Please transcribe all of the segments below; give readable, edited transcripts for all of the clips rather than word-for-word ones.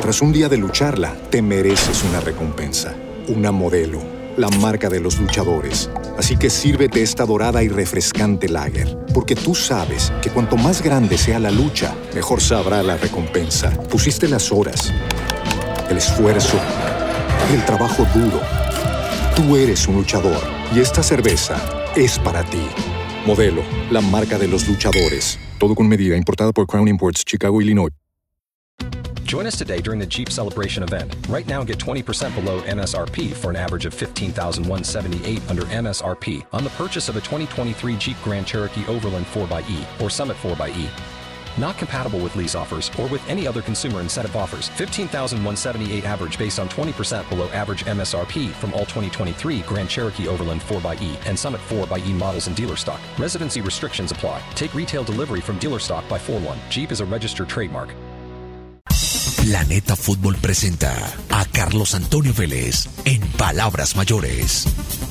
tras un día de lucharla, te mereces una recompensa, una Modelo, la marca de los luchadores. Así que sírvete esta dorada y refrescante lager, porque tú sabes que cuanto más grande sea la lucha, mejor sabrá la recompensa. Pusiste las horas, el esfuerzo, el trabajo duro. Tú eres un luchador y esta cerveza es para ti. Modelo, la marca de los luchadores. Todo con medida, importada por Crown Imports, Chicago, Illinois. Join us today during the Jeep Celebration event. Right now, get 20% below MSRP for an average of $15,178 under MSRP on the purchase of a 2023 Jeep Grand Cherokee Overland 4xE or Summit 4xE. Not compatible with lease offers or with any other consumer incentive offers. $15,178 average based on 20% below average MSRP from all 2023 Grand Cherokee Overland 4xE and Summit 4xE models in dealer stock. Residency restrictions apply. Take retail delivery from dealer stock by 4/1. Jeep is a registered trademark. Planeta Fútbol presenta a Carlos Antonio Vélez en Palabras Mayores.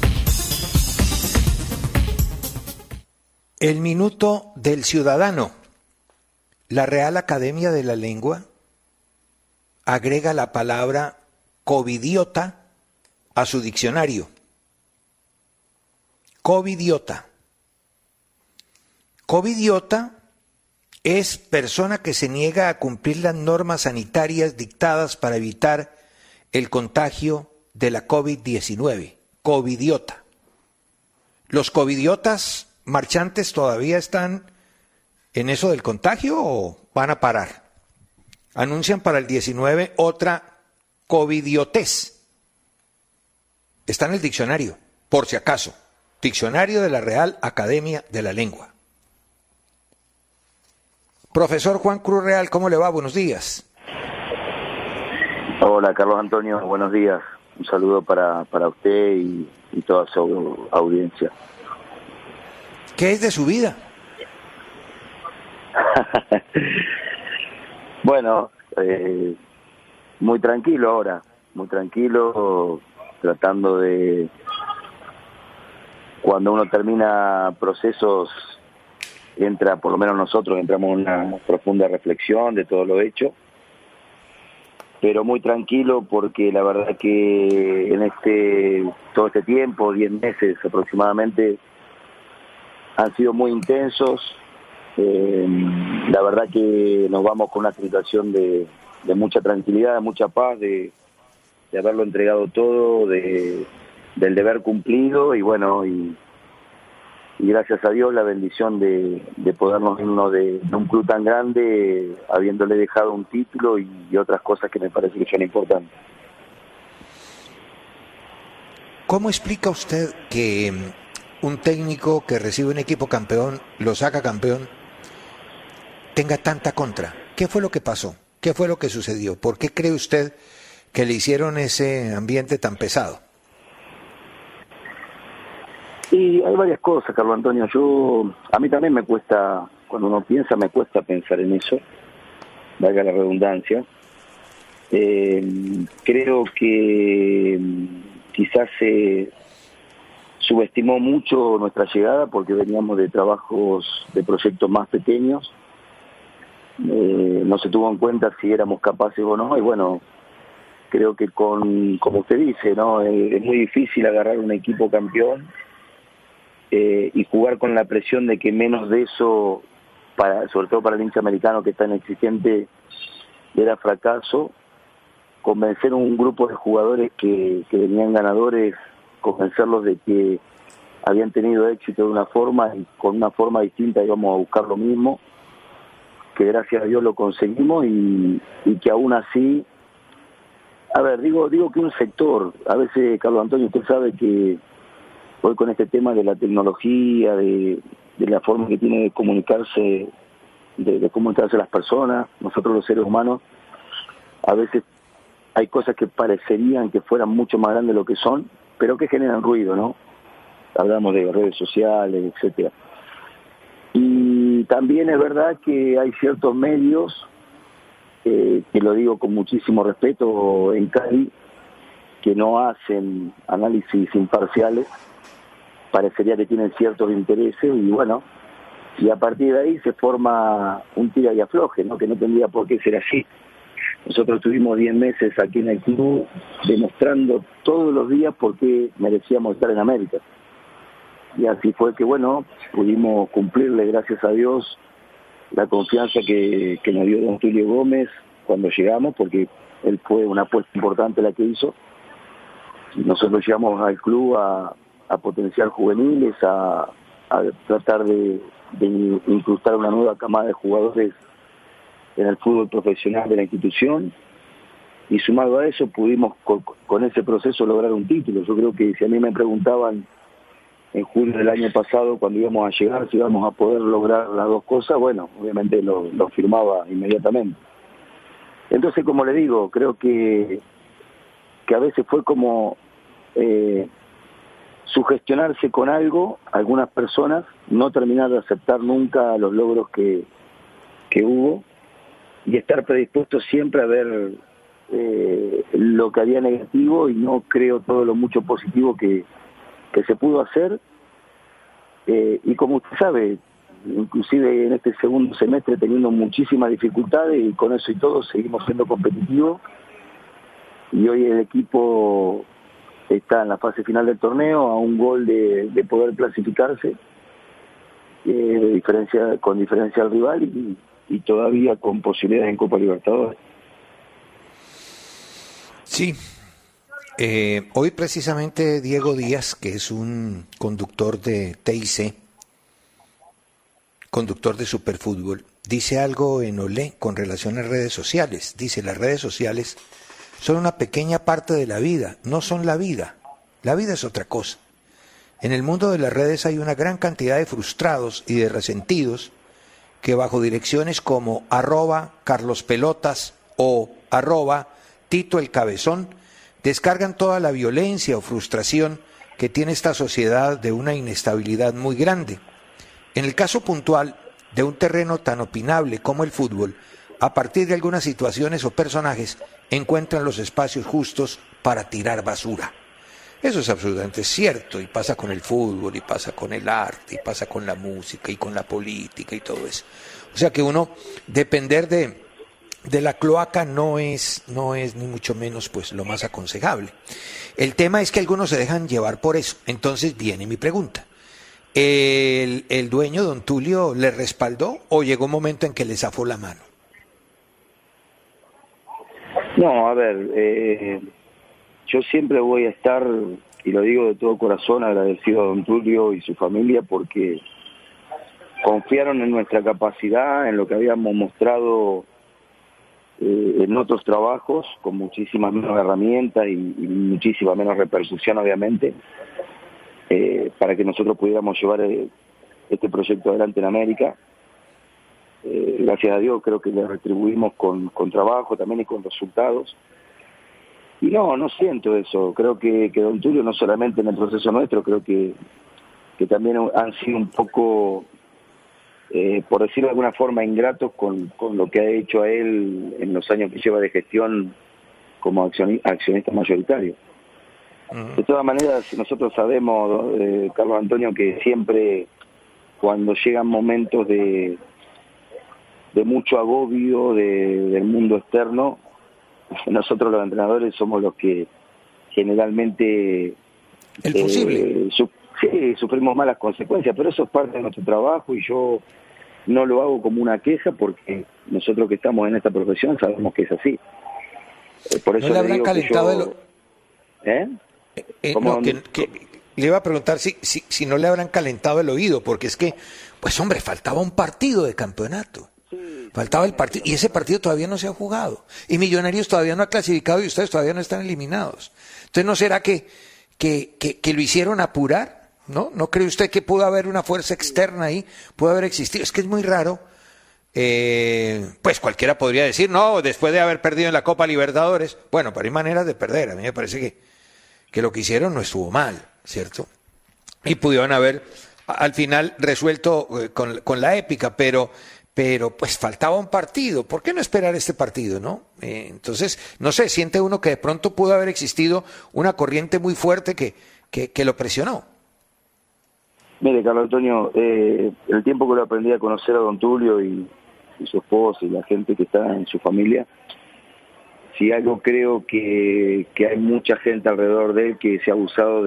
El minuto del ciudadano. La Real Academia de la Lengua agrega la palabra covidiota a su diccionario. Covidiota. Covidiota es persona que se niega a cumplir las normas sanitarias dictadas para evitar el contagio de la COVID-19. Covidiota. ¿Los covidiotas marchantes todavía están en eso del contagio o van a parar? Anuncian para el 19 otra covidiotez. Está en el diccionario, por si acaso. Diccionario de la Real Academia de la Lengua. Profesor Juan Cruz Real, ¿cómo le va? Buenos días. Hola, Carlos Antonio, buenos días. Un saludo para usted y toda su audiencia. ¿Qué es de su vida? Bueno, muy tranquilo ahora, muy tranquilo, tratando de, cuando uno termina procesos, por lo menos nosotros entramos en una profunda reflexión de todo lo hecho, pero muy tranquilo porque la verdad que en todo este tiempo, 10 meses aproximadamente, han sido muy intensos. La verdad que nos vamos con una situación de mucha tranquilidad, de mucha paz, de haberlo entregado todo, del deber cumplido y bueno, y gracias a Dios la bendición de podernos irnos de un club tan grande, habiéndole dejado un título y otras cosas que me parece que son importantes. ¿Cómo explica usted que un técnico que recibe un equipo campeón, lo saca campeón, tenga tanta contra? ¿Qué fue lo que pasó? ¿Qué fue lo que sucedió? ¿Por qué cree usted que le hicieron ese ambiente tan pesado? Y hay varias cosas, Carlos Antonio. A mí también me cuesta, cuando uno piensa, me cuesta pensar en eso, valga la redundancia. Creo que quizás se subestimó mucho nuestra llegada porque veníamos de trabajos, de proyectos más pequeños. No se tuvo en cuenta si éramos capaces o no, y bueno, creo que como usted dice, ¿no? Es muy difícil agarrar un equipo campeón y jugar con la presión de que menos de eso, sobre todo para el hincha americano que es tan exigente, era fracaso. Convencer a un grupo de jugadores que venían ganadores, convencerlos de que habían tenido éxito de una forma y con una forma distinta íbamos a buscar lo mismo, que gracias a Dios lo conseguimos y que aún así, a ver, digo que un sector, a veces, Carlos Antonio, usted sabe que hoy con este tema de la tecnología, de la forma que tiene de comunicarse, de comunicarse las personas, nosotros los seres humanos, a veces hay cosas que parecerían que fueran mucho más grandes de lo que son, pero que generan ruido, ¿no? Hablamos de redes sociales, etcétera. Y también es verdad que hay ciertos medios, que lo digo con muchísimo respeto en Cali, que no hacen análisis imparciales, parecería que tienen ciertos intereses y bueno, y a partir de ahí se forma un tira y afloje, ¿no? Que no tendría por qué ser así. Nosotros tuvimos 10 meses aquí en el club demostrando todos los días por qué merecíamos estar en América. Y así fue que, bueno, pudimos cumplirle, gracias a Dios, la confianza que nos dio don Tulio Gómez cuando llegamos, porque él fue una apuesta importante la que hizo. Nosotros llegamos al club a potenciar juveniles, a tratar de incrustar una nueva camada de jugadores en el fútbol profesional de la institución, y sumado a eso pudimos con ese proceso lograr un título. Yo creo que si a mí me preguntaban en julio del año pasado, cuando íbamos a llegar, si íbamos a poder lograr las dos cosas, bueno, obviamente lo firmaba inmediatamente. Entonces, como le digo, creo que a veces fue como sugestionarse con algo, algunas personas, no terminar de aceptar nunca los logros que hubo, y estar predispuesto siempre a ver lo que había negativo, y no creo todo lo mucho positivo que se pudo hacer. Y como usted sabe, inclusive en este segundo semestre teniendo muchísimas dificultades, y con eso y todo seguimos siendo competitivos, y hoy el equipo está en la fase final del torneo, a un gol de poder clasificarse, con diferencia al rival, y todavía con posibilidades en Copa Libertadores. Sí. Hoy precisamente Diego Díaz, que es un conductor de TIC, conductor de Superfútbol, dice algo en Olé con relación a redes sociales. Dice: las redes sociales son una pequeña parte de la vida, no son la vida. La vida es otra cosa. En el mundo de las redes hay una gran cantidad de frustrados y de resentidos que bajo direcciones como @CarlosPelotas o @TitoElCabezón descargan toda la violencia o frustración que tiene esta sociedad de una inestabilidad muy grande. En el caso puntual de un terreno tan opinable como el fútbol, a partir de algunas situaciones o personajes encuentran los espacios justos para tirar basura. Eso es absolutamente cierto, y pasa con el fútbol, y pasa con el arte, y pasa con la música, y con la política, y todo eso. O sea que uno, depender de la cloaca no es ni mucho menos pues lo más aconsejable. El tema es que algunos se dejan llevar por eso. Entonces viene mi pregunta: ¿el dueño, don Tulio, le respaldó o llegó un momento en que le zafó la mano? No, a ver, yo siempre voy a estar, y lo digo de todo corazón, agradecido a don Tulio y su familia, porque confiaron en nuestra capacidad, en lo que habíamos mostrado en otros trabajos, con muchísimas menos herramientas y muchísima menos repercusión, obviamente, para que nosotros pudiéramos llevar este proyecto adelante en América. Gracias a Dios creo que le retribuimos con trabajo también y con resultados. Y no siento eso. Creo que don Tulio, no solamente en el proceso nuestro, creo que también han sido un poco, por decirlo de alguna forma, ingratos con lo que ha hecho a él en los años que lleva de gestión como accionista mayoritario. De todas maneras, nosotros sabemos, Carlos Antonio, que siempre cuando llegan momentos de mucho agobio del mundo externo, nosotros los entrenadores somos los que generalmente el posible sufrimos malas consecuencias, pero eso es parte de nuestro trabajo, y yo no lo hago como una queja, porque nosotros que estamos en esta profesión sabemos que es así. Por eso ¿no le habrán calentado no, que le iba a preguntar si no le habrán calentado el oído, porque es que, pues hombre, faltaba un partido de campeonato. Faltaba el partido, y ese partido todavía no se ha jugado, y Millonarios todavía no ha clasificado, y ustedes todavía no están eliminados. Entonces, ¿no será que lo hicieron apurar? ¿No cree usted que pudo haber una fuerza externa ahí? ¿Pudo haber existido? Es que es muy raro. Pues cualquiera podría decir, no, después de haber perdido en la Copa Libertadores. Bueno, pero hay maneras de perder. A mí me parece que lo que hicieron no estuvo mal, ¿cierto? Y pudieron haber al final resuelto con la épica, pero pues faltaba un partido. ¿Por qué no esperar este partido, no? Entonces, no sé, siente uno que de pronto pudo haber existido una corriente muy fuerte que lo presionó. Mire, Carlos Antonio, el tiempo que lo aprendí a conocer a don Tulio y su esposa y la gente que está en su familia, si algo creo que hay mucha gente alrededor de él que se ha abusado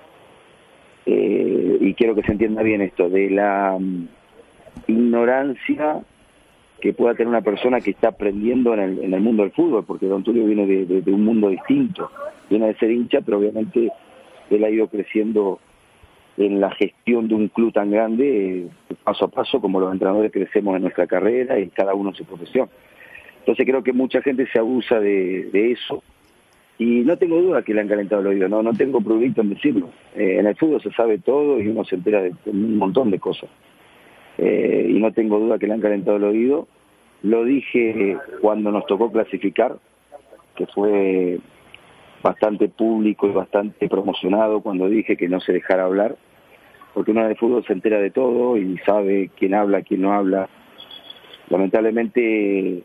y quiero que se entienda bien esto, de la ignorancia que pueda tener una persona que está aprendiendo en el mundo del fútbol, porque Don Tulio viene de un mundo distinto, viene de ser hincha, pero obviamente él ha ido creciendo en la gestión de un club tan grande, paso a paso, como los entrenadores crecemos en nuestra carrera y cada uno en su profesión. Entonces creo que mucha gente se abusa de eso, y no tengo duda que le han calentado el oído, no tengo problema en decirlo. En el fútbol se sabe todo y uno se entera de un montón de cosas. Y no tengo duda que le han calentado el oído. Lo dije cuando nos tocó clasificar, que fue bastante público y bastante promocionado cuando dije que no se dejara hablar, porque uno en el fútbol se entera de todo y sabe quién habla, quién no habla. Lamentablemente,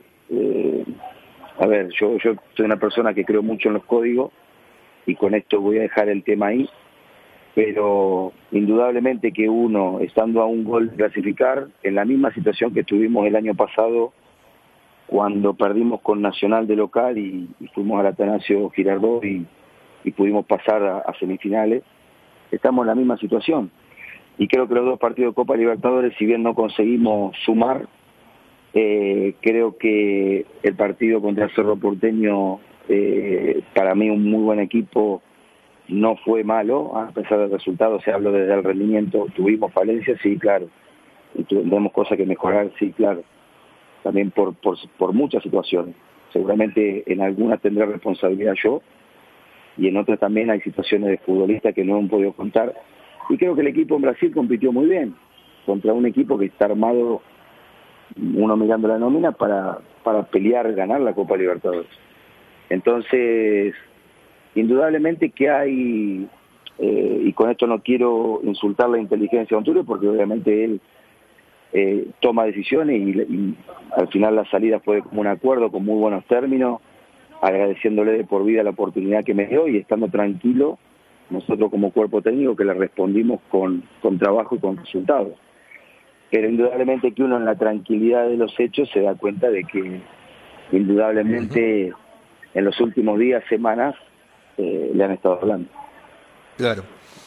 yo soy una persona que creo mucho en los códigos y con esto voy a dejar el tema ahí, pero indudablemente que uno, estando a un gol de clasificar, en la misma situación que tuvimos el año pasado cuando perdimos con Nacional de local y fuimos al Atanasio Girardot y pudimos pasar a semifinales, estamos en la misma situación. Y creo que los dos partidos de Copa Libertadores, si bien no conseguimos sumar, creo que el partido contra Cerro Porteño, para mí un muy buen equipo, no fue malo, a pesar del resultado. Se habló desde el rendimiento, tuvimos falencias, sí, claro, y tenemos cosas que mejorar, sí, claro, también por muchas situaciones. Seguramente en algunas tendré responsabilidad yo, y en otras también hay situaciones de futbolistas que no han podido contar, y creo que el equipo en Brasil compitió muy bien, contra un equipo que está armado, uno mirando la nómina, para pelear, ganar la Copa Libertadores. Entonces, indudablemente que hay, y con esto no quiero insultar la inteligencia de Don Tulio, porque obviamente él toma decisiones y al final la salida fue como un acuerdo con muy buenos términos, agradeciéndole de por vida la oportunidad que me dio y estando tranquilo, nosotros como cuerpo técnico que le respondimos con trabajo y con resultados. Pero indudablemente que uno en la tranquilidad de los hechos se da cuenta de que indudablemente en los últimos días, semanas, le han estado hablando. Claro.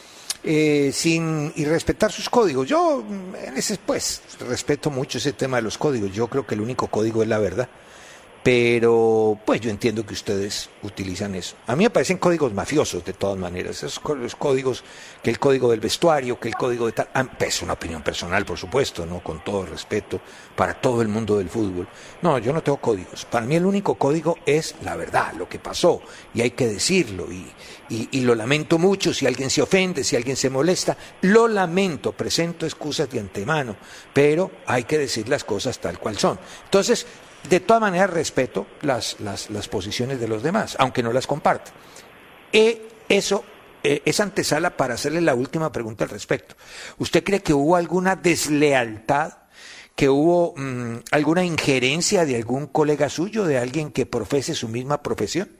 Y respetar sus códigos. Yo, respeto mucho ese tema de los códigos. Yo creo que el único código es la verdad. Pero, pues yo entiendo que ustedes utilizan eso. A mí me parecen códigos mafiosos, de todas maneras. Esos códigos, que el código del vestuario, que el código de tal... Es una opinión personal, por supuesto, ¿no? Con todo respeto para todo el mundo del fútbol. No, yo no tengo códigos. Para mí el único código es la verdad, lo que pasó. Y hay que decirlo. Y lo lamento mucho si alguien se ofende, si alguien se molesta. Lo lamento, presento excusas de antemano. Pero hay que decir las cosas tal cual son. Entonces... de todas maneras respeto las posiciones de los demás, aunque no las comparta. Eso es antesala para hacerle la última pregunta al respecto. ¿Usted cree que hubo alguna deslealtad, que hubo alguna injerencia de algún colega suyo, de alguien que profese su misma profesión?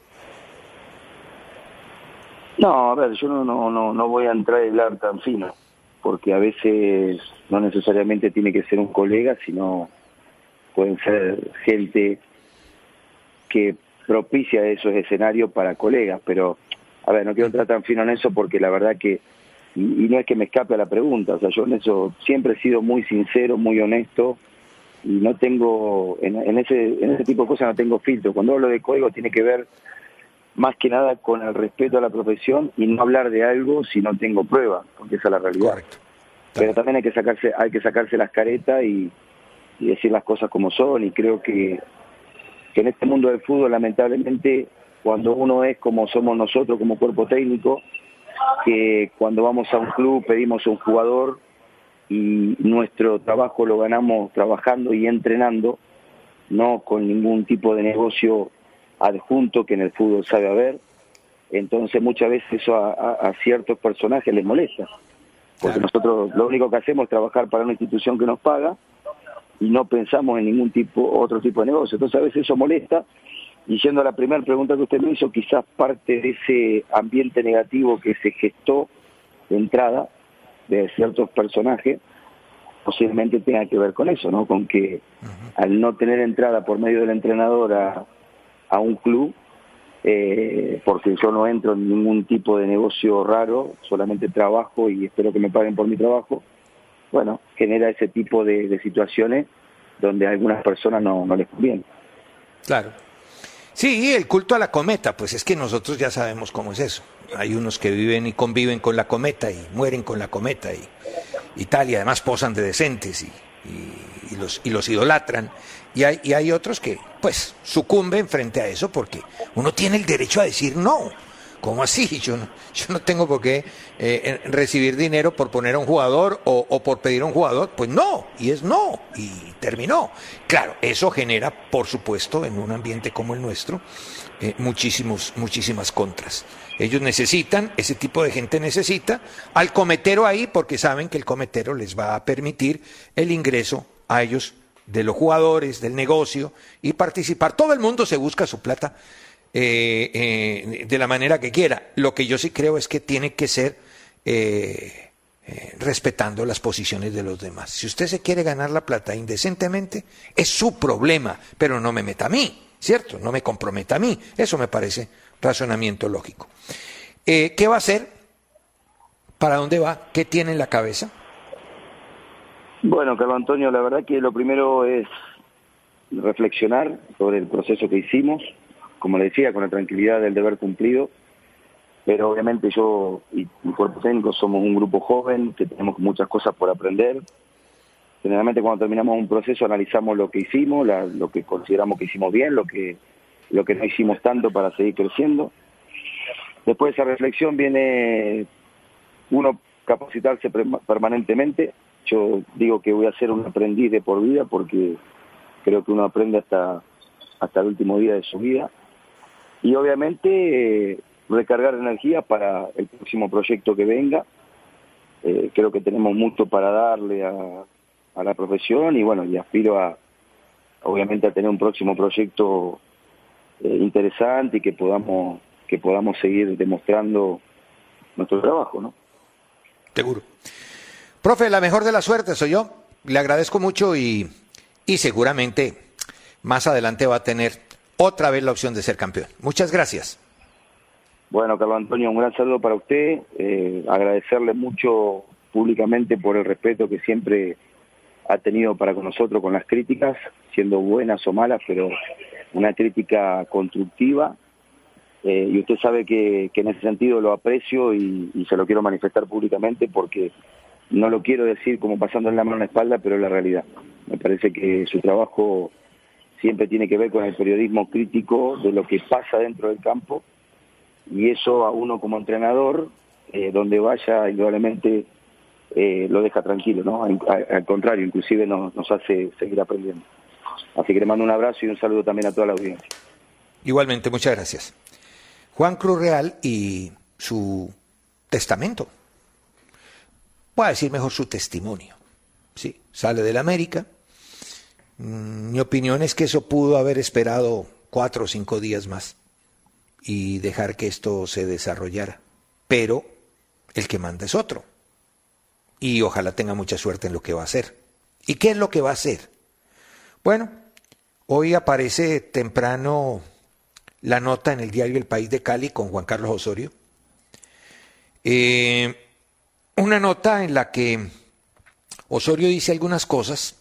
No, a ver, yo no voy a entrar a hablar tan fino, porque a veces no necesariamente tiene que ser un colega, sino... pueden ser gente que propicia esos escenarios para colegas, pero, a ver, no quiero entrar tan fino en eso porque la verdad que, y no es que me escape a la pregunta, o sea, yo en eso siempre he sido muy sincero, muy honesto, y no tengo, en ese tipo de cosas no tengo filtro. Cuando hablo de código tiene que ver más que nada con el respeto a la profesión y no hablar de algo si no tengo prueba, porque esa es la realidad. Correcto. Pero también hay que sacarse las caretas y decir las cosas como son, y creo que en este mundo del fútbol, lamentablemente, cuando uno es como somos nosotros como cuerpo técnico, que cuando vamos a un club pedimos a un jugador y nuestro trabajo lo ganamos trabajando y entrenando, no con ningún tipo de negocio adjunto que en el fútbol sabe haber. Entonces muchas veces eso a ciertos personajes les molesta, porque nosotros lo único que hacemos es trabajar para una institución que nos paga y no pensamos en ningún otro tipo de negocio. Entonces a veces eso molesta, y yendo a la primera pregunta que usted me hizo, quizás parte de ese ambiente negativo que se gestó de entrada de ciertos personajes, posiblemente tenga que ver con eso, ¿no? Con que al no tener entrada por medio del entrenador a a un club, porque yo no entro en ningún tipo de negocio raro, solamente trabajo y espero que me paguen por mi trabajo. Bueno, genera ese tipo de situaciones donde a algunas personas no les conviene. Claro. Sí, el culto a la cometa, pues es que nosotros ya sabemos cómo es eso. Hay unos que viven y conviven con la cometa y mueren con la cometa y tal, y además posan de decentes y los idolatran. Y hay otros que, pues, sucumben frente a eso porque uno tiene el derecho a decir no. ¿Cómo así? Yo no tengo por qué recibir dinero por poner a un jugador o por pedir a un jugador. Pues no, y es no, y terminó. Claro, eso genera, por supuesto, en un ambiente como el nuestro, muchísimas contras. Ellos necesitan, ese tipo de gente necesita al cometero ahí porque saben que el cometero les va a permitir el ingreso a ellos de los jugadores, del negocio y participar. Todo el mundo se busca su plata de la manera que quiera. Lo que yo sí creo es que tiene que ser respetando las posiciones de los demás. Si usted se quiere ganar la plata indecentemente, es su problema, pero no me meta a mí, ¿cierto? No me comprometa a mí. Eso me parece razonamiento lógico. ¿Qué va a hacer? ¿Para dónde va? ¿Qué tiene en la cabeza? Bueno, Carlos Antonio, la verdad que lo primero es reflexionar sobre el proceso que hicimos, como le decía, con la tranquilidad del deber cumplido, pero obviamente yo y mi cuerpo técnico somos un grupo joven que tenemos muchas cosas por aprender. Generalmente cuando terminamos un proceso analizamos lo que hicimos, lo que consideramos que hicimos bien, lo que no hicimos tanto para seguir creciendo. Después de esa reflexión viene uno capacitarse permanentemente. Yo digo que voy a ser un aprendiz de por vida porque creo que uno aprende hasta el último día de su vida. Y obviamente recargar energía para el próximo proyecto que venga. Creo que tenemos mucho para darle a la profesión y bueno, y aspiro obviamente a tener un próximo proyecto interesante y que podamos seguir demostrando nuestro trabajo, ¿no? Seguro. Profe, la mejor de la suerte soy yo. Le agradezco mucho y seguramente más adelante va a tener otra vez la opción de ser campeón. Muchas gracias. Bueno, Carlos Antonio, un gran saludo para usted. Agradecerle mucho públicamente por el respeto que siempre ha tenido para con nosotros con las críticas, siendo buenas o malas, pero una crítica constructiva. Y usted sabe que en ese sentido lo aprecio y se lo quiero manifestar públicamente porque no lo quiero decir como pasando la mano en la espalda, pero es la realidad. Me parece que su trabajo siempre tiene que ver con el periodismo crítico de lo que pasa dentro del campo y eso a uno como entrenador, donde vaya, indudablemente lo deja tranquilo, ¿no? Al contrario, inclusive nos hace seguir aprendiendo. Así que le mando un abrazo y un saludo también a toda la audiencia. Igualmente, muchas gracias. Juan Cruz Real y su testamento. Voy a decir mejor su testimonio. Sí, sale del América. Mi opinión es que eso pudo haber esperado 4 o 5 días más y dejar que esto se desarrollara. Pero el que manda es otro. Y ojalá tenga mucha suerte en lo que va a hacer. ¿Y qué es lo que va a hacer? Bueno, hoy aparece temprano la nota en el diario El País de Cali con Juan Carlos Osorio. Una nota en la que Osorio dice algunas cosas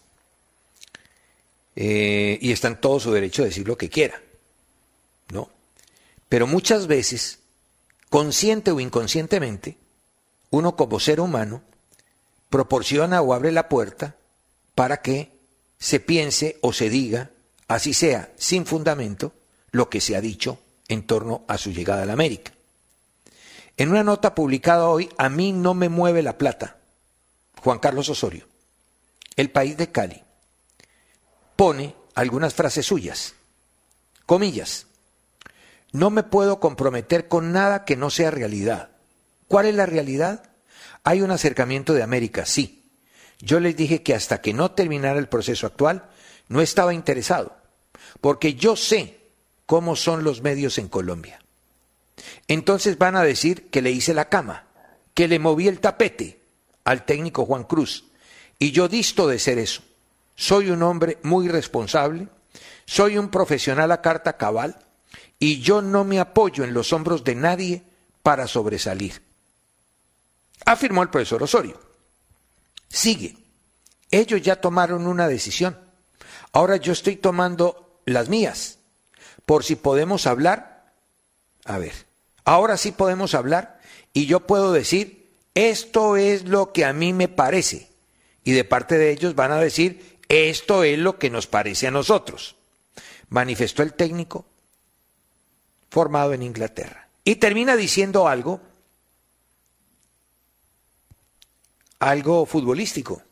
y está en todo su derecho de decir lo que quiera, ¿no? Pero muchas veces, consciente o inconscientemente, uno como ser humano proporciona o abre la puerta para que se piense o se diga, así sea, sin fundamento, lo que se ha dicho en torno a su llegada a la América. En una nota publicada hoy, a mí no me mueve la plata, Juan Carlos Osorio, El País de Cali, pone algunas frases suyas, comillas, no me puedo comprometer con nada que no sea realidad. ¿Cuál es la realidad? Hay un acercamiento de América, sí. Yo les dije que hasta que no terminara el proceso actual, no estaba interesado, porque yo sé cómo son los medios en Colombia. Entonces van a decir que le hice la cama, que le moví el tapete al técnico Juan Cruz, y yo disto de ser eso. Soy un hombre muy responsable, soy un profesional a carta cabal, y yo no me apoyo en los hombros de nadie para sobresalir, afirmó el profesor Osorio. Sigue, ellos ya tomaron una decisión, ahora yo estoy tomando las mías, por si podemos hablar. A ver, ahora sí podemos hablar y yo puedo decir, esto es lo que a mí me parece, y de parte de ellos van a decir, esto es lo que nos parece a nosotros, manifestó el técnico formado en Inglaterra. Y termina diciendo algo futbolístico.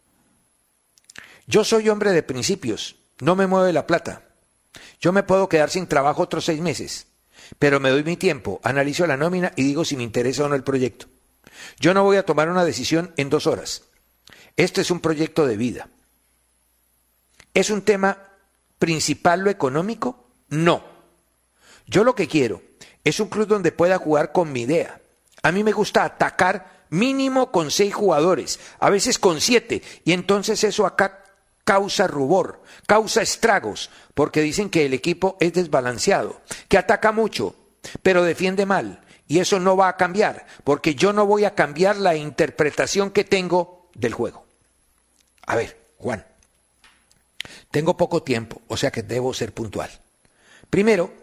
Yo soy hombre de principios, no me mueve la plata. Yo me puedo quedar sin trabajo otros 6 meses, pero me doy mi tiempo, analizo la nómina y digo si me interesa o no el proyecto. Yo no voy a tomar una decisión en 2 horas. Este es un proyecto de vida. ¿Es un tema principal lo económico? No. Yo lo que quiero es un club donde pueda jugar con mi idea. A mí me gusta atacar mínimo con 6 jugadores, a veces con 7, y entonces eso acá causa rubor, causa estragos, porque dicen que el equipo es desbalanceado, que ataca mucho, pero defiende mal, y eso no va a cambiar, porque yo no voy a cambiar la interpretación que tengo del juego. A ver, Juan, tengo poco tiempo, o sea que debo ser puntual. Primero,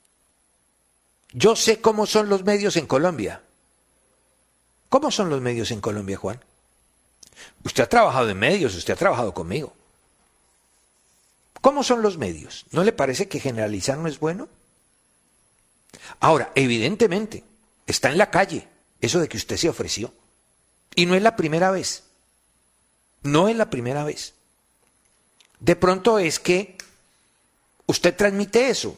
yo sé cómo son los medios en Colombia. ¿Cómo son los medios en Colombia, Juan? Usted ha trabajado en medios, usted ha trabajado conmigo. ¿Cómo son los medios? ¿No le parece que generalizar no es bueno? Ahora, evidentemente, está en la calle eso de que usted se ofreció. Y no es la primera vez. No es la primera vez. De pronto es que usted transmite eso.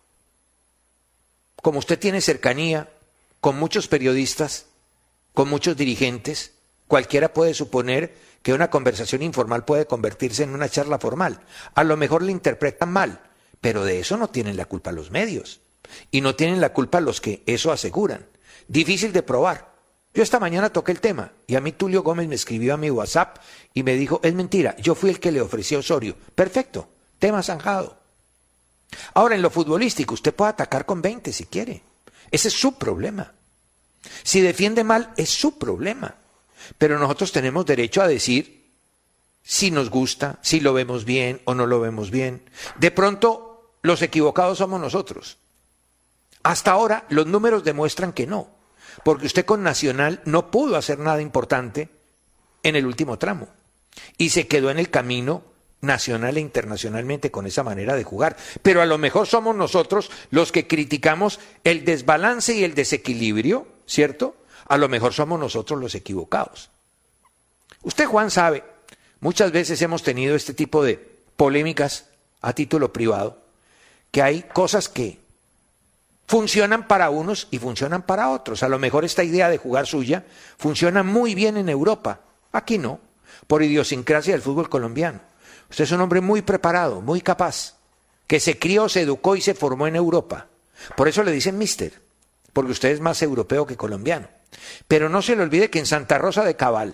Como usted tiene cercanía con muchos periodistas, con muchos dirigentes, cualquiera puede suponer que una conversación informal puede convertirse en una charla formal. A lo mejor la interpretan mal, pero de eso no tienen la culpa los medios. Y no tienen la culpa los que eso aseguran. Difícil de probar. Yo esta mañana toqué el tema y a mí Tulio Gómez me escribió a mi WhatsApp y me dijo, es mentira, yo fui el que le ofrecí a Osorio. Perfecto, tema zanjado. Ahora, en lo futbolístico, usted puede atacar con 20 si quiere. Ese es su problema. Si defiende mal, es su problema. Pero nosotros tenemos derecho a decir si nos gusta, si lo vemos bien o no lo vemos bien. De pronto, los equivocados somos nosotros. Hasta ahora, los números demuestran que no. Porque usted con Nacional no pudo hacer nada importante en el último tramo. Y se quedó en el camino nacional e internacionalmente con esa manera de jugar. Pero a lo mejor somos nosotros los que criticamos el desbalance y el desequilibrio, ¿cierto? A lo mejor somos nosotros los equivocados. Usted, Juan, sabe, muchas veces hemos tenido este tipo de polémicas a título privado, que hay cosas que funcionan para unos y funcionan para otros. A lo mejor esta idea de jugar suya funciona muy bien en Europa. Aquí no, por idiosincrasia del fútbol colombiano. Usted es un hombre muy preparado, muy capaz, que se crió, se educó y se formó en Europa. Por eso le dicen mister, porque usted es más europeo que colombiano. Pero no se le olvide que en Santa Rosa de Cabal,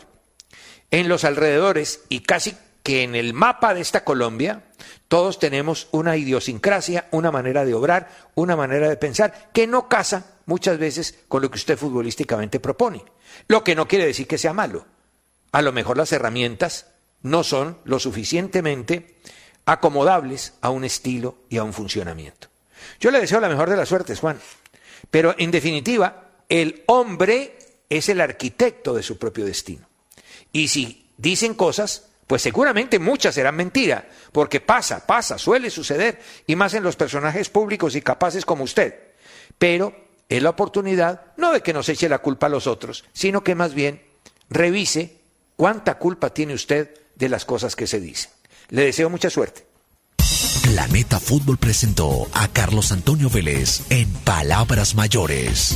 en los alrededores y casi que en el mapa de esta Colombia, todos tenemos una idiosincrasia, una manera de obrar, una manera de pensar, que no casa muchas veces con lo que usted futbolísticamente propone. Lo que no quiere decir que sea malo. A lo mejor las herramientas no son lo suficientemente acomodables a un estilo y a un funcionamiento. Yo le deseo la mejor de las suertes, Juan, pero en definitiva, el hombre es el arquitecto de su propio destino. Y si dicen cosas, pues seguramente muchas serán mentira, porque pasa, suele suceder, y más en los personajes públicos y capaces como usted. Pero es la oportunidad, no de que nos eche la culpa a los otros, sino que más bien revise cuánta culpa tiene usted de las cosas que se dicen. Le deseo mucha suerte. Planeta Fútbol presentó a Carlos Antonio Vélez en Palabras Mayores.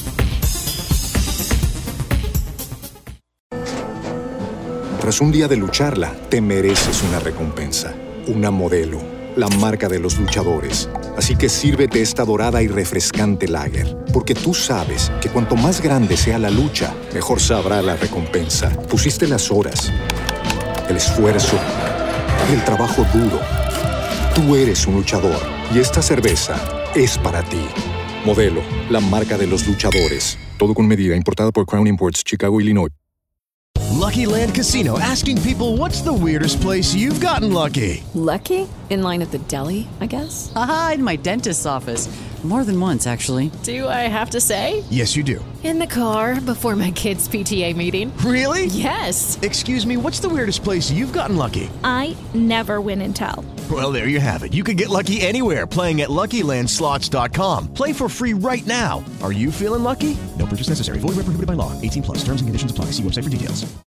Tras un día de lucharla, te mereces una recompensa, una Modelo, la marca de los luchadores. Así que sírvete esta dorada y refrescante lager, porque tú sabes que cuanto más grande sea la lucha, mejor sabrá la recompensa. Pusiste las horas, el esfuerzo, el trabajo duro. Tú eres un luchador Y esta cerveza es para ti. Modelo, la marca de los luchadores. Todo con medida, importada por Crown Imports, Chicago, Illinois. Lucky Land Casino, asking people, what's the weirdest place you've gotten lucky? Lucky? In line at the deli, I guess? Aha, in my dentist's office. More than once, actually. Do I have to say? Yes, you do. In the car, before my kids' PTA meeting. Really? Yes. Excuse me, what's the weirdest place you've gotten lucky? I never win and tell. Well, there you have it. You can get lucky anywhere, playing at LuckyLandSlots.com. Play for free right now. Are you feeling lucky? No purchase necessary. Void where prohibited by law. 18+. Terms and conditions apply. See website for details.